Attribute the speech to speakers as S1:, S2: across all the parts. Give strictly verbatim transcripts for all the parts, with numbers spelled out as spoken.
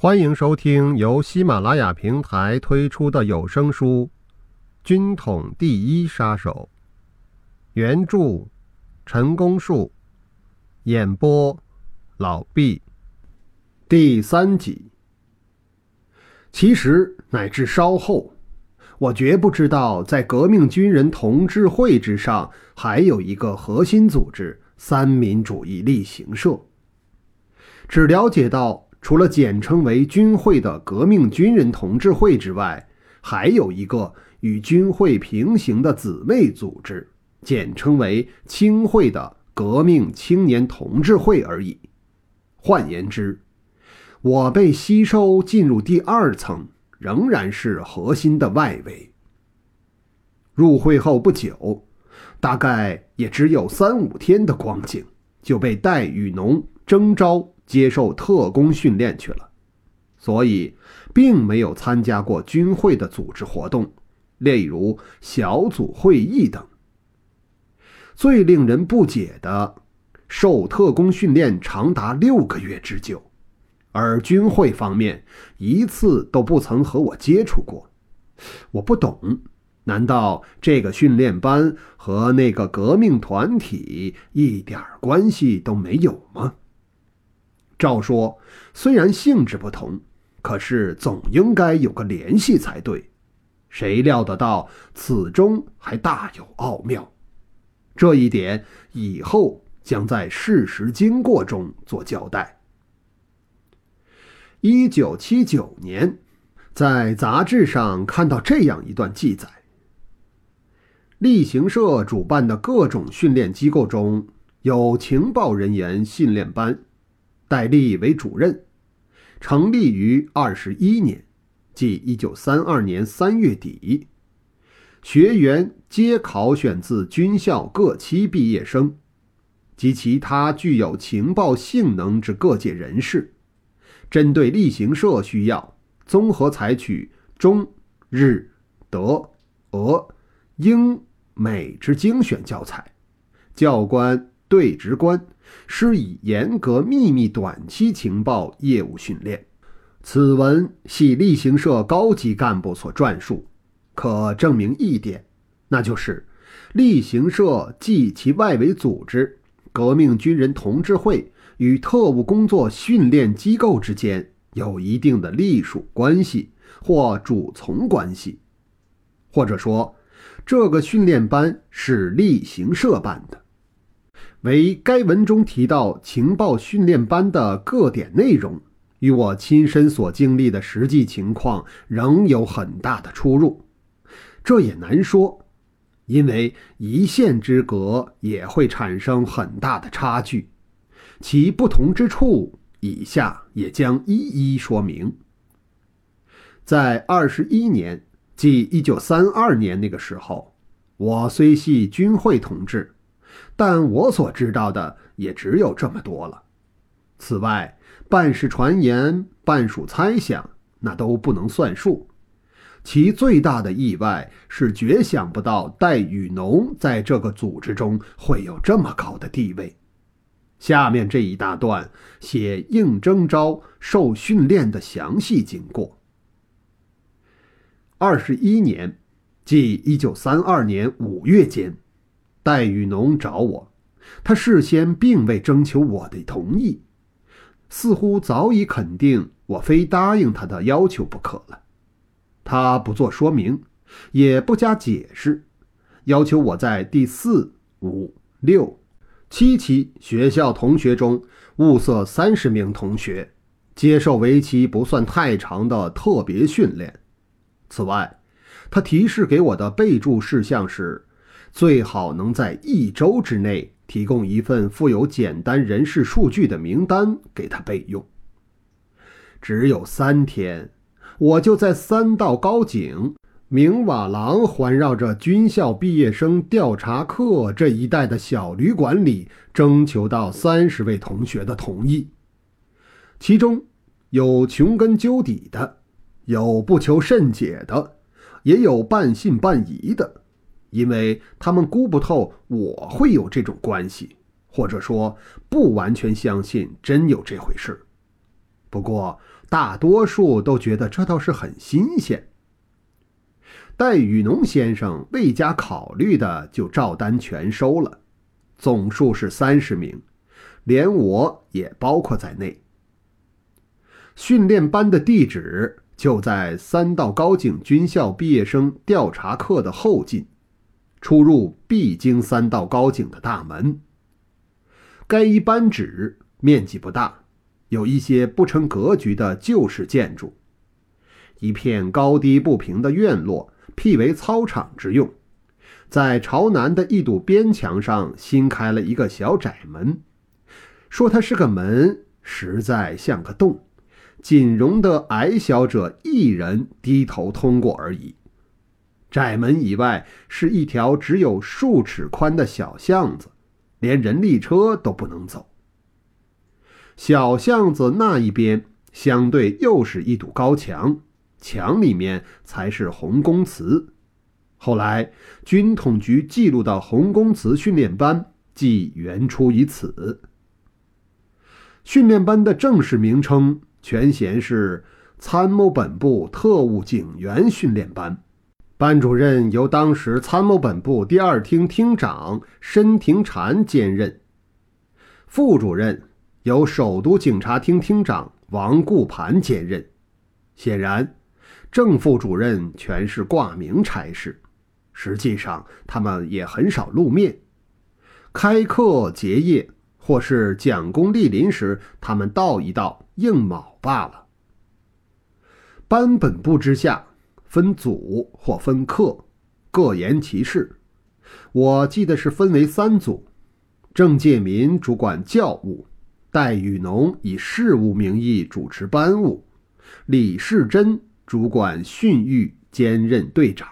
S1: 欢迎收听由喜马拉雅平台推出的有声书《军统第一杀手》，原著陈功树，演播老毕，第三集。其实乃至稍后，我绝不知道在革命军人同志会之上还有一个核心组织三民主义力行社，只了解到除了简称为军会的革命军人同志会之外，还有一个与军会平行的姊妹组织，简称为青会的革命青年同志会而已。换言之，我被吸收进入第二层，仍然是核心的外围。入会后不久，大概也只有三五天的光景，就被戴雨农征召接受特工训练去了，所以并没有参加过军会的组织活动，例如小组会议等。最令人不解的，受特工训练长达六个月之久，而军会方面一次都不曾和我接触过。我不懂，难道这个训练班和那个革命团体一点关系都没有吗？照说，虽然性质不同，可是总应该有个联系才对。谁料得到此中还大有奥妙，这一点以后将在事实经过中做交代。一九七九年，在杂志上看到这样一段记载：力行社主办的各种训练机构中有情报人员训练班，戴笠为主任，成立于二十一年，即一九三二年三月底。学员皆考选自军校各期毕业生及其他具有情报性能之各界人士，针对力行社需要，综合采取中、日、德、俄、英、美之精选教材，教官、对职官施以严格秘密短期情报业务训练。此文系力行社高级干部所撰述，可证明一点，那就是力行社即其外围组织革命军人同志会与特务工作训练机构之间有一定的隶属关系或主从关系，或者说这个训练班是力行社办的。为该文中提到情报训练班的各点内容，与我亲身所经历的实际情况仍有很大的出入。这也难说，因为一线之隔也会产生很大的差距，其不同之处以下也将一一说明。在二十一年，即一九三二年那个时候，我虽系军会同志，但我所知道的也只有这么多了。此外，半是传言，半属猜想，那都不能算数。其最大的意外是绝想不到戴雨农在这个组织中会有这么高的地位。下面这一大段写应征招受训练的详细经过。二十一年，即一九三二年五月间，戴雨农找我，他事先并未征求我的同意，似乎早已肯定我非答应他的要求不可了。他不做说明，也不加解释，要求我在第四、五、六、七期学校同学中物色三十名同学，接受为期不算太长的特别训练。此外，他提示给我的备注事项是，最好能在一周之内提供一份附有简单人事数据的名单给他备用。只有三天，我就在三道高井、明瓦廊环绕着军校毕业生调查课这一带的小旅馆里征求到三十位同学的同意，其中有穷根究底的，有不求甚解的，也有半信半疑的，因为他们估不透我会有这种关系，或者说不完全相信真有这回事。 不过大多数都觉得这倒是很新鲜。戴雨农先生未加考虑的就照单全收了，总数是三十名，连我也包括在内。训练班的地址就在三道高警军校毕业生调查课的后进，出入必经三道高警的大门。该一班址面积不大，有一些不成格局的旧式建筑，一片高低不平的院落辟为操场之用，在朝南的一堵边墙上新开了一个小窄门，说它是个门，实在像个洞，仅容得矮小者一人低头通过而已。窄门以外是一条只有数尺宽的小巷子，连人力车都不能走。小巷子那一边相对又是一堵高墙，墙里面才是红公祠。后来军统局记录到红公祠训练班即原出于此。训练班的正式名称全衔是参谋本部特务警员训练班，班主任由当时参谋本部第二厅厅长申廷禅兼任，副主任由首都警察厅厅长王顾盘兼任。显然正副主任全是挂名差事，实际上他们也很少露面。开课结业或是讲功莅临时，他们到一道应卯罢了。班本部之下分组或分课，各言其事。我记得是分为三组，郑介民主管教务，戴雨农以事务名义主持班务，李世珍主管训育兼任队长。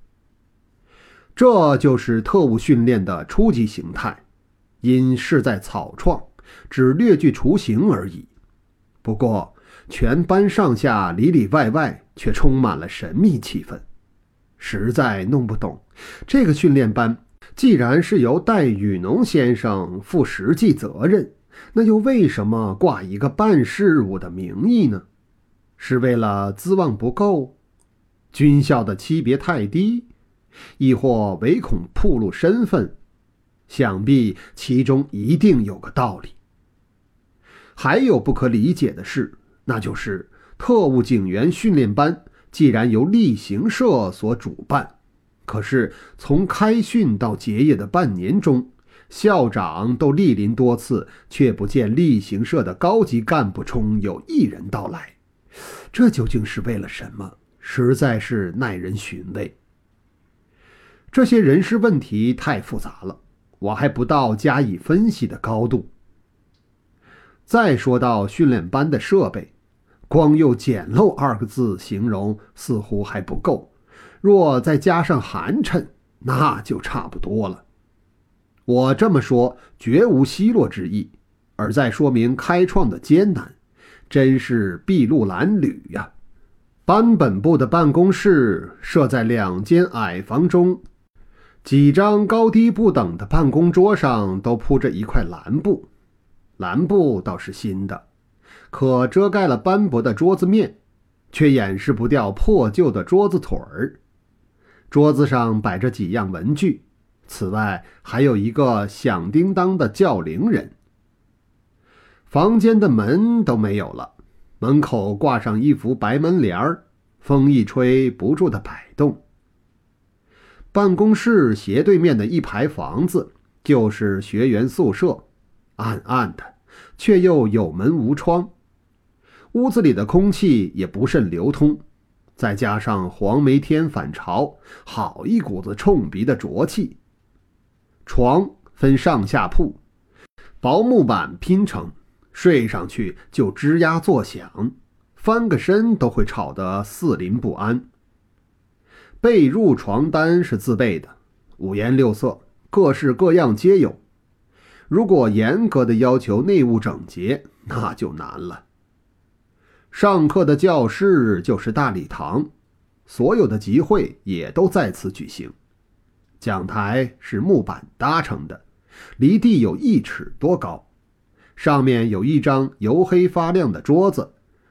S1: 这就是特务训练的初级形态，因事在草创，只略具雏形而已。不过全班上下里里外外却充满了神秘气氛，实在弄不懂，这个训练班既然是由戴雨农先生负实际责任，那又为什么挂一个办事务的名义呢？是为了资望不够？军校的级别太低？亦或唯恐暴露身份？想必其中一定有个道理。还有不可理解的事，那就是特务警员训练班既然由例行社所主办，可是从开训到结业的半年中，校长都莅临多次，却不见例行社的高级干部中有一人到来，这究竟是为了什么？实在是耐人寻味。这些人事问题太复杂了，我还不到加以分析的高度。再说到训练班的设备，光用简陋二个字形容似乎还不够，若再加上寒碜，那就差不多了。我这么说绝无奚落之意，而在说明开创的艰难，真是筚路蓝缕呀。班本部的办公室设在两间矮房中，几张高低不等的办公桌上都铺着一块蓝布，蓝布倒是新的，可遮盖了斑驳的桌子面，却掩饰不掉破旧的桌子腿儿。桌子上摆着几样文具，此外还有一个响叮当的叫铃人。房间的门都没有了，门口挂上一幅白门帘儿，风一吹不住的摆动。办公室斜对面的一排房子就是学员宿舍，暗暗的，却又有门无窗。屋子里的空气也不甚流通，再加上黄梅天返潮，好一股子冲鼻的浊气。床分上下铺，薄木板拼成，睡上去就吱呀作响，翻个身都会吵得四邻不安。被褥床单是自备的，五颜六色，各式各样皆有。如果严格的要求内务整洁，那就难了。上课的教室就是大礼堂，所有的集会也都在此举行。讲台是木板搭成的，离地有一尺多高，上面有一张油黑发亮的桌子，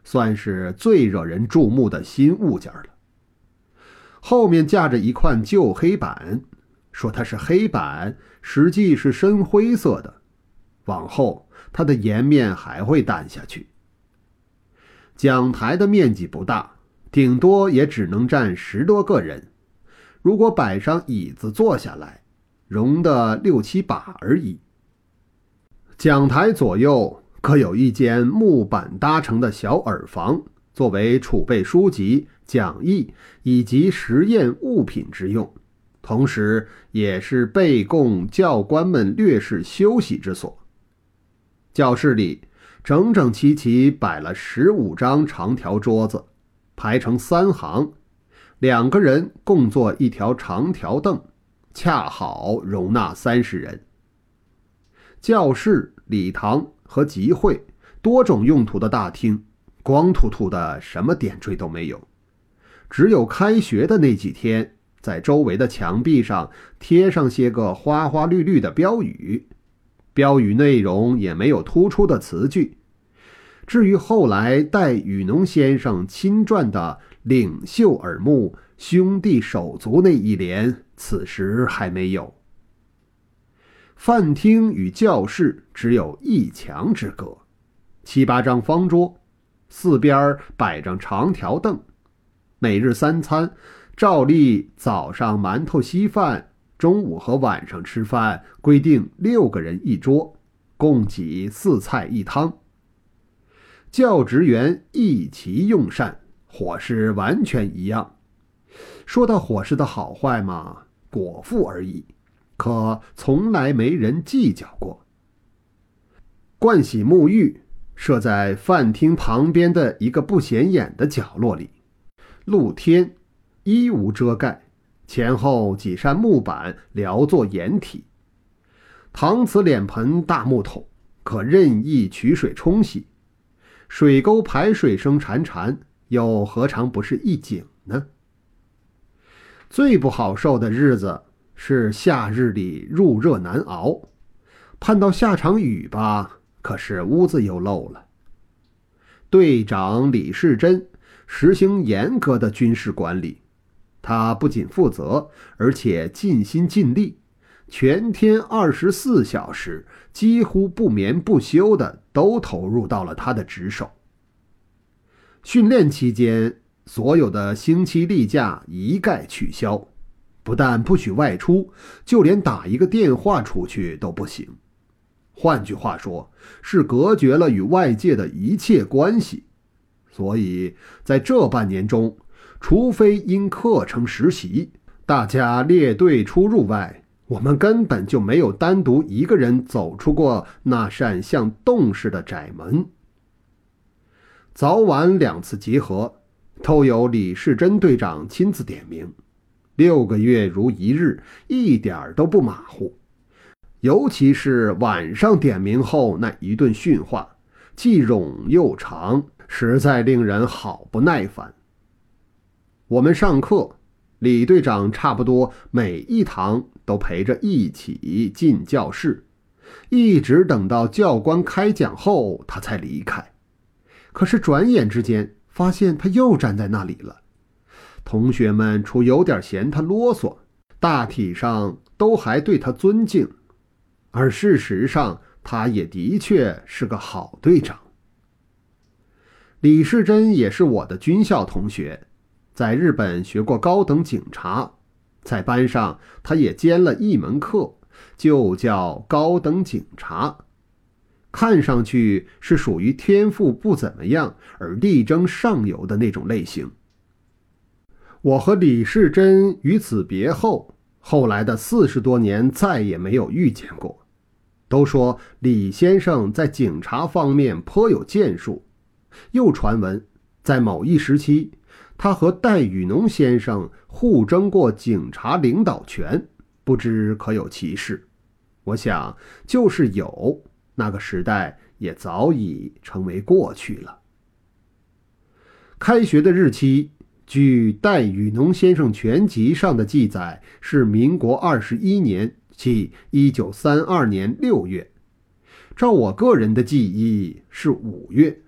S1: 算是最惹人注目的新物件了。后面架着一块旧黑板，说它是黑板，实际是深灰色的，往后它的颜面还会淡下去。讲台的面积不大，顶多也只能站十多个人，如果摆上椅子坐下来，容得六七把而已。讲台左右各有一间木板搭成的小耳房，作为储备书籍、讲义以及实验物品之用，同时也是备供教官们略事休息之所。教室里整整齐齐摆了十五张长条桌子，排成三行，两个人共坐一条长条凳，恰好容纳三十人。教室、礼堂和集会多种用途的大厅，光秃秃的，什么点缀都没有。只有开学的那几天，在周围的墙壁上贴上些个花花绿绿的标语，标语内容也没有突出的词句。至于后来戴雨农先生亲撰的领袖耳目、兄弟手足那一联，此时还没有。饭厅与教室只有一墙之隔，七八张方桌，四边摆着长条凳。每日三餐照例早上馒头稀饭，中午和晚上吃饭规定六个人一桌，供给四菜一汤。教职员一齐用膳，伙食完全一样。说到伙食的好坏嘛，果腹而已，可从来没人计较过。盥洗沐浴设在饭厅旁边的一个不显眼的角落里，露天，衣无遮盖，前后几扇木板撩作掩体。搪瓷脸盆大木桶，可任意取水冲洗。水沟排水声潺潺，又何尝不是一景呢？最不好受的日子是夏日里入热难熬，盼到下场雨吧，可是屋子又漏了。队长李世珍实行严格的军事管理，他不仅负责，而且尽心尽力，全天二十四小时几乎不眠不休的都投入到了他的职守。训练期间，所有的星期例假一概取消，不但不许外出，就连打一个电话出去都不行。换句话说，是隔绝了与外界的一切关系。所以在这半年中，除非因课程实习，大家列队出入外，我们根本就没有单独一个人走出过那扇像洞似的窄门。早晚两次集合，都由李世珍队长亲自点名，六个月如一日，一点都不马虎。尤其是晚上点名后那一顿训话，既冗又长，实在令人好不耐烦。我们上课，李队长差不多每一堂都陪着一起进教室，一直等到教官开讲后他才离开。可是转眼之间发现他又站在那里了。同学们除有点嫌他啰嗦，大体上都还对他尊敬，而事实上他也的确是个好队长。李世珍也是我的军校同学，在日本学过高等警察，在班上他也兼了一门课，就叫高等警察。看上去是属于天赋不怎么样而力争上游的那种类型。我和李世珍于此别后，后来的四十多年再也没有遇见过。都说李先生在警察方面颇有建树，又传闻在某一时期，他和戴雨农先生互争过警察领导权，不知可有其事。我想就是有，那个时代也早已成为过去了。开学的日期，据戴雨农先生全集上的记载是民国二十一年，即一九三二年六月。照我个人的记忆是五月，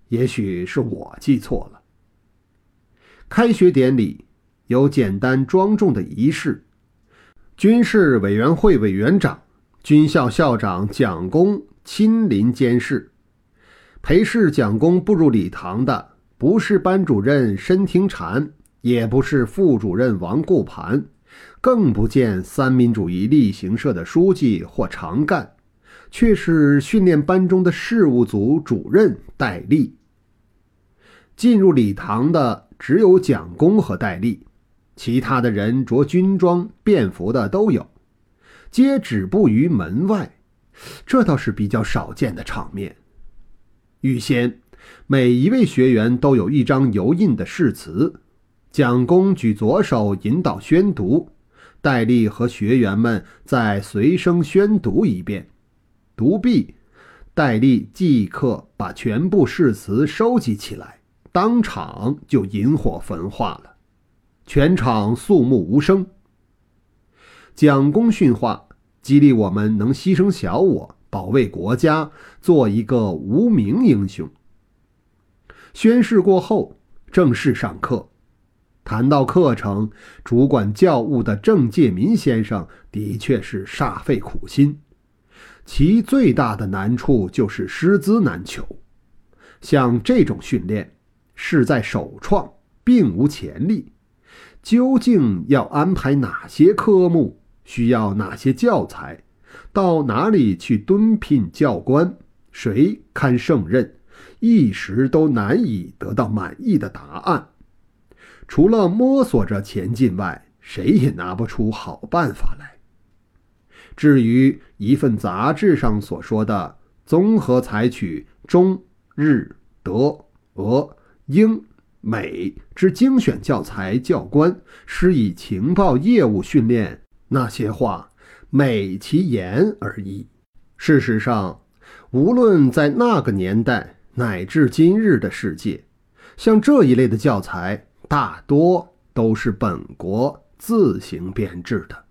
S1: 也许是我记错了。开学典礼有简单庄重的仪式，军事委员会委员长、军校校长蒋公亲临监视。陪侍蒋公步入礼堂的不是班主任申廷禅，也不是副主任王顾盘，更不见三民主义力行社的书记或常干，却是训练班中的事务组主任戴笠。进入礼堂的只有蒋公和戴笠，其他的人着军装便服的都有，皆止步于门外，这倒是比较少见的场面。预先，每一位学员都有一张油印的誓词，蒋公举左手引导宣读，戴笠和学员们再随声宣读一遍。读毕，戴笠即刻把全部誓词收集起来，当场就引火焚化了，全场肃穆无声。蒋公训话，激励我们能牺牲小我，保卫国家，做一个无名英雄。宣誓过后，正式上课。谈到课程，主管教务的郑介民先生的确是煞费苦心，其最大的难处就是师资难求。像这种训练是在首创，并无前例，究竟要安排哪些科目，需要哪些教材，到哪里去敦聘教官，谁堪胜任，一时都难以得到满意的答案。除了摸索着前进外，谁也拿不出好办法来。至于一份杂志上所说的综合采取中、日、德、俄、英、美之精选教材教官，施以情报业务训练，那些话美其言而已。事实上，无论在那个年代乃至今日的世界，像这一类的教材大多都是本国自行编制的。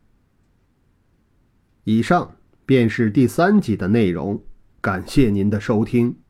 S1: 以上便是第三集的内容，感谢您的收听。